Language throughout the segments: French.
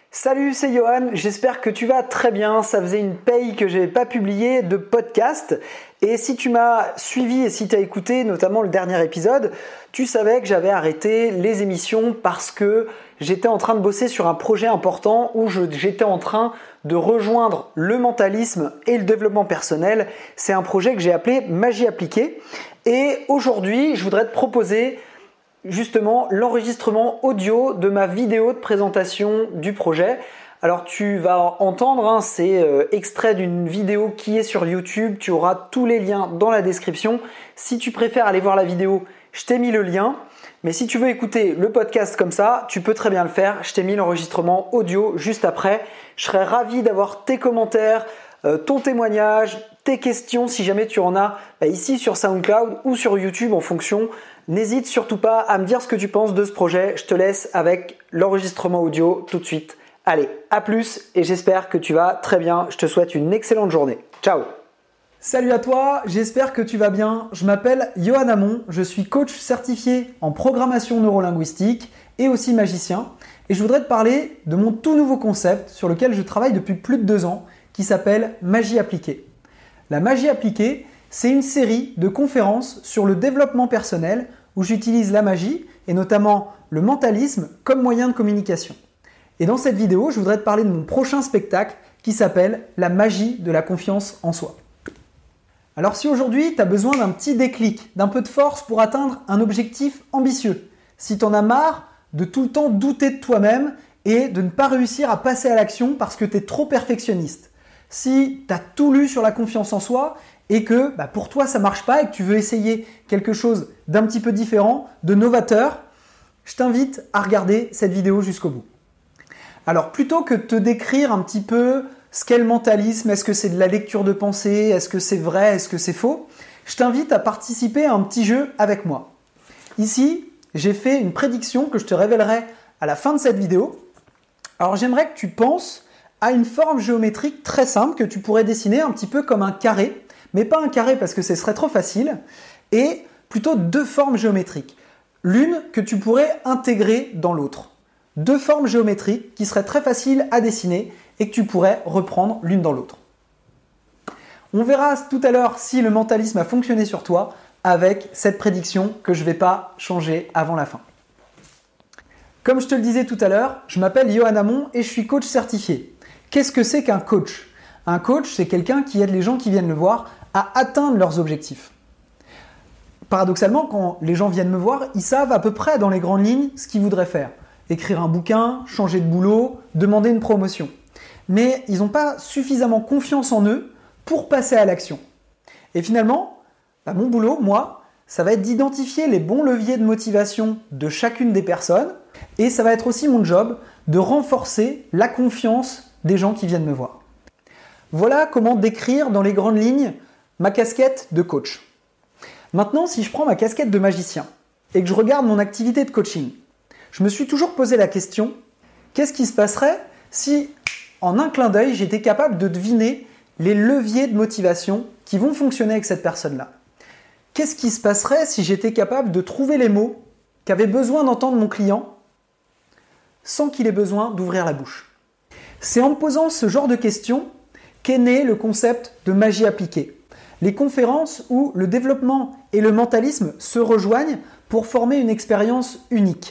Salut, c'est Johan, j'espère que tu vas très bien. Ça faisait une paye que je n'avais pas publié de podcast. Et si tu m'as suivi et si tu as écouté notamment le dernier épisode, tu savais que j'avais arrêté les émissions parce que j'étais en train de bosser sur un projet important où j'étais en train de rejoindre le mentalisme et le développement personnel. C'est un projet que j'ai appelé Magie appliquée. Et aujourd'hui, je voudrais te proposer justement l'enregistrement audio de ma vidéo de présentation du projet. Alors tu vas entendre, c'est extrait d'une vidéo qui est sur YouTube. Tu auras tous les liens dans la description. Si tu préfères aller voir la vidéo, je t'ai mis le lien. Mais si tu veux écouter le podcast comme ça, tu peux très bien le faire. Je t'ai mis l'enregistrement audio juste après. Je serais ravi d'avoir tes commentaires, ton témoignage, tes questions si jamais tu en as ici sur SoundCloud ou sur YouTube en fonction. N'hésite surtout pas à me dire ce que tu penses de ce projet. Je te laisse avec l'enregistrement audio tout de suite. Allez, à plus et j'espère que tu vas très bien. Je te souhaite une excellente journée. Ciao! Salut à toi, j'espère que tu vas bien. Je m'appelle Johan Hamon, je suis coach certifié en programmation neurolinguistique et aussi magicien. Et je voudrais te parler de mon tout nouveau concept sur lequel je travaille depuis plus de 2 ans qui s'appelle Magie appliquée. La magie appliquée, c'est une série de conférences sur le développement personnel où j'utilise la magie et notamment le mentalisme comme moyen de communication. Et dans cette vidéo, je voudrais te parler de mon prochain spectacle qui s'appelle La magie de la confiance en soi. Alors si aujourd'hui tu as besoin d'un petit déclic, d'un peu de force pour atteindre un objectif ambitieux, si tu en as marre de tout le temps douter de toi-même et de ne pas réussir à passer à l'action parce que tu es trop perfectionniste, si tu as tout lu sur la confiance en soi et que pour toi ça marche pas et que tu veux essayer quelque chose d'un petit peu différent, de novateur, je t'invite à regarder cette vidéo jusqu'au bout. Alors plutôt que de te décrire un petit peu ce qu'est le mentalisme, est-ce que c'est de la lecture de pensée, est-ce que c'est vrai, est-ce que c'est faux, je t'invite à participer à un petit jeu avec moi. Ici, j'ai fait une prédiction que je te révélerai à la fin de cette vidéo. Alors j'aimerais que tu penses à une forme géométrique très simple que tu pourrais dessiner un petit peu comme un carré, mais pas un carré parce que ce serait trop facile, et plutôt 2 formes géométriques. L'une que tu pourrais intégrer dans l'autre. 2 formes géométriques qui seraient très faciles à dessiner et que tu pourrais reprendre l'une dans l'autre. On verra tout à l'heure si le mentalisme a fonctionné sur toi avec cette prédiction que je ne vais pas changer avant la fin. Comme je te le disais tout à l'heure, je m'appelle Johan Hamon et je suis coach certifié. Qu'est-ce que c'est qu'un coach ? Un coach, c'est quelqu'un qui aide les gens qui viennent le voir à atteindre leurs objectifs. Paradoxalement, quand les gens viennent me voir, ils savent à peu près dans les grandes lignes ce qu'ils voudraient faire. Écrire un bouquin, changer de boulot, demander une promotion. Mais ils n'ont pas suffisamment confiance en eux pour passer à l'action. Et finalement, mon boulot, moi, ça va être d'identifier les bons leviers de motivation de chacune des personnes et ça va être aussi mon job de renforcer la confiance des gens qui viennent me voir. Voilà comment décrire dans les grandes lignes ma casquette de coach. Maintenant, si je prends ma casquette de magicien et que je regarde mon activité de coaching, je me suis toujours posé la question, qu'est-ce qui se passerait si, en un clin d'œil, j'étais capable de deviner les leviers de motivation qui vont fonctionner avec cette personne-là ? Qu'est-ce qui se passerait si j'étais capable de trouver les mots qu'avait besoin d'entendre mon client sans qu'il ait besoin d'ouvrir la bouche ? C'est en me posant ce genre de questions qu'est né le concept de magie appliquée. Les conférences où le développement et le mentalisme se rejoignent pour former une expérience unique.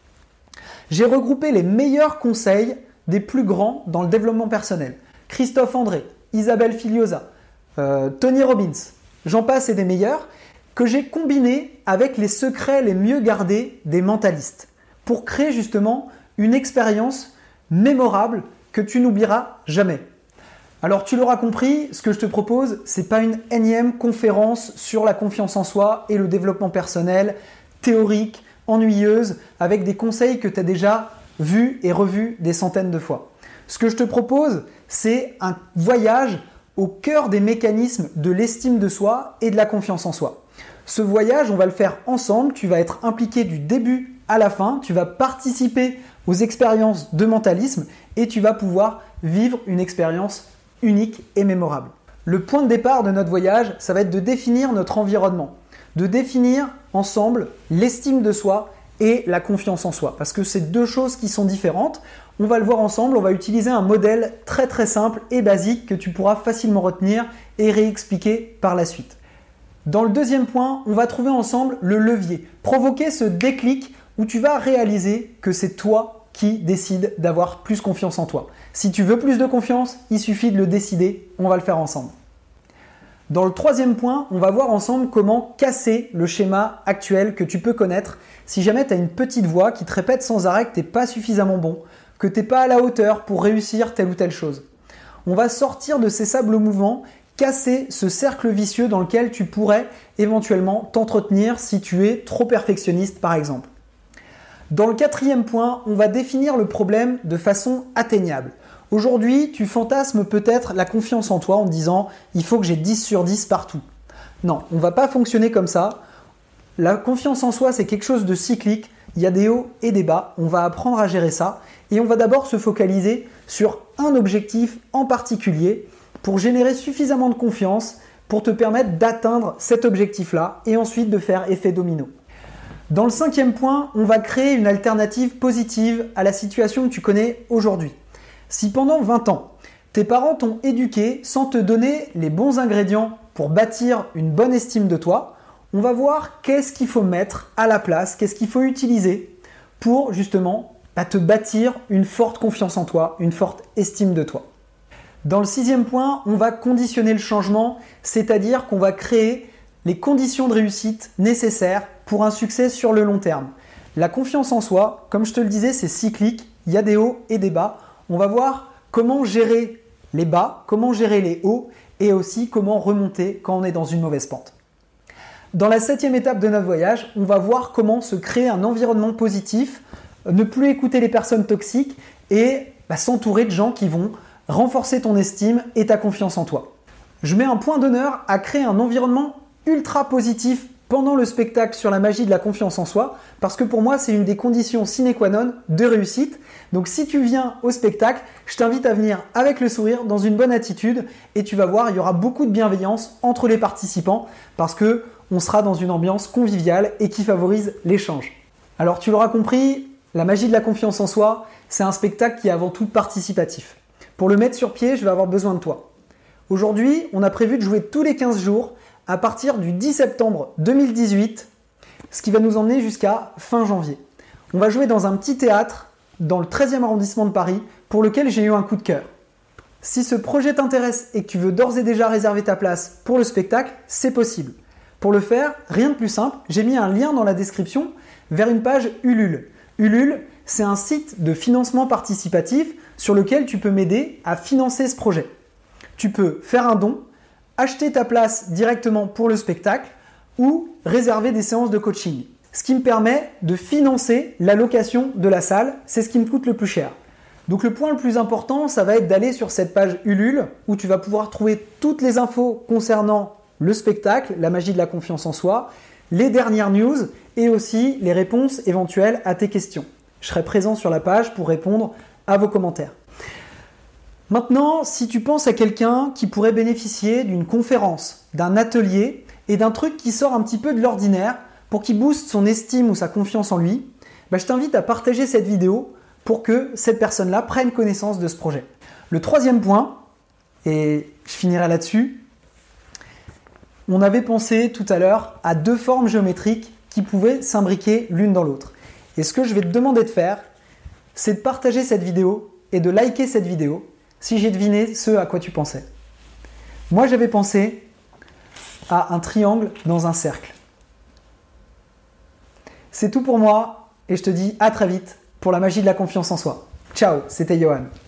J'ai regroupé les meilleurs conseils des plus grands dans le développement personnel. Christophe André, Isabelle Filiosa, Tony Robbins, j'en passe et des meilleurs, que j'ai combinés avec les secrets les mieux gardés des mentalistes pour créer justement une expérience mémorable que tu n'oublieras jamais. Alors tu l'auras compris, ce que je te propose, c'est pas une énième conférence sur la confiance en soi et le développement personnel, théorique, ennuyeuse, avec des conseils que tu as déjà vus et revus des centaines de fois. Ce que je te propose, c'est un voyage au cœur des mécanismes de l'estime de soi et de la confiance en soi. Ce voyage, on va le faire ensemble, tu vas être impliqué du début à la fin, tu vas participer aux expériences de mentalisme et tu vas pouvoir vivre une expérience unique et mémorable. Le point de départ de notre voyage, ça va être de définir notre environnement, de définir ensemble l'estime de soi et la confiance en soi, parce que c'est 2 choses qui sont différentes. On va le voir ensemble, on va utiliser un modèle très très simple et basique que tu pourras facilement retenir et réexpliquer par la suite. Dans le deuxième point, on va trouver ensemble le levier, provoquer ce déclic où tu vas réaliser que c'est toi qui décides d'avoir plus confiance en toi. Si tu veux plus de confiance, il suffit de le décider, on va le faire ensemble. Dans le troisième point, on va voir ensemble comment casser le schéma actuel que tu peux connaître si jamais tu as une petite voix qui te répète sans arrêt que tu n'es pas suffisamment bon, que tu n'es pas à la hauteur pour réussir telle ou telle chose. On va sortir de ces sables mouvants, casser ce cercle vicieux dans lequel tu pourrais éventuellement t'entretenir si tu es trop perfectionniste par exemple. Dans le quatrième point, on va définir le problème de façon atteignable. Aujourd'hui, tu fantasmes peut-être la confiance en toi en te disant « il faut que j'ai 10 sur 10 partout ». Non, on ne va pas fonctionner comme ça. La confiance en soi, c'est quelque chose de cyclique. Il y a des hauts et des bas. On va apprendre à gérer ça. Et on va d'abord se focaliser sur un objectif en particulier pour générer suffisamment de confiance pour te permettre d'atteindre cet objectif-là et ensuite de faire effet domino. Dans le cinquième point, on va créer une alternative positive à la situation que tu connais aujourd'hui. Si pendant 20 ans, tes parents t'ont éduqué sans te donner les bons ingrédients pour bâtir une bonne estime de toi, on va voir qu'est-ce qu'il faut mettre à la place, qu'est-ce qu'il faut utiliser pour justement te bâtir une forte confiance en toi, une forte estime de toi. Dans le sixième point, on va conditionner le changement, c'est-à-dire qu'on va créer les conditions de réussite nécessaires pour un succès sur le long terme. La confiance en soi, comme je te le disais, c'est cyclique, il y a des hauts et des bas. On va voir comment gérer les bas, comment gérer les hauts et aussi comment remonter quand on est dans une mauvaise pente. Dans la septième étape de notre voyage, on va voir comment se créer un environnement positif, ne plus écouter les personnes toxiques et s'entourer de gens qui vont renforcer ton estime et ta confiance en toi. Je mets un point d'honneur à créer un environnement ultra positif pendant le spectacle sur la magie de la confiance en soi parce que pour moi c'est une des conditions sine qua non de réussite. Donc si tu viens au spectacle, je t'invite à venir avec le sourire, dans une bonne attitude et tu vas voir, il y aura beaucoup de bienveillance entre les participants parce que on sera dans une ambiance conviviale et qui favorise l'échange. Alors tu l'auras compris, la magie de la confiance en soi, c'est un spectacle qui est avant tout participatif. Pour le mettre sur pied, je vais avoir besoin de toi. Aujourd'hui, on a prévu de jouer tous les 15 jours à partir du 10 septembre 2018, ce qui va nous emmener jusqu'à fin janvier. On va jouer dans un petit théâtre dans le 13e arrondissement de Paris pour lequel j'ai eu un coup de cœur. Si ce projet t'intéresse et que tu veux d'ores et déjà réserver ta place pour le spectacle, c'est possible. Pour le faire, rien de plus simple, j'ai mis un lien dans la description vers une page Ulule. Ulule, c'est un site de financement participatif sur lequel tu peux m'aider à financer ce projet. Tu peux faire un don, acheter ta place directement pour le spectacle ou réserver des séances de coaching. Ce qui me permet de financer la location de la salle, c'est ce qui me coûte le plus cher. Donc le point le plus important, ça va être d'aller sur cette page Ulule où tu vas pouvoir trouver toutes les infos concernant le spectacle, la magie de la confiance en soi, les dernières news et aussi les réponses éventuelles à tes questions. Je serai présent sur la page pour répondre à vos commentaires. Maintenant, si tu penses à quelqu'un qui pourrait bénéficier d'une conférence, d'un atelier et d'un truc qui sort un petit peu de l'ordinaire pour qu'il booste son estime ou sa confiance en lui, je t'invite à partager cette vidéo pour que cette personne-là prenne connaissance de ce projet. Le troisième point, et je finirai là-dessus, on avait pensé tout à l'heure à deux formes géométriques qui pouvaient s'imbriquer l'une dans l'autre. Et ce que je vais te demander de faire, c'est de partager cette vidéo et de liker cette vidéo si j'ai deviné ce à quoi tu pensais. Moi, j'avais pensé à un triangle dans un cercle. C'est tout pour moi et je te dis à très vite pour la magie de la confiance en soi. Ciao, c'était Johan.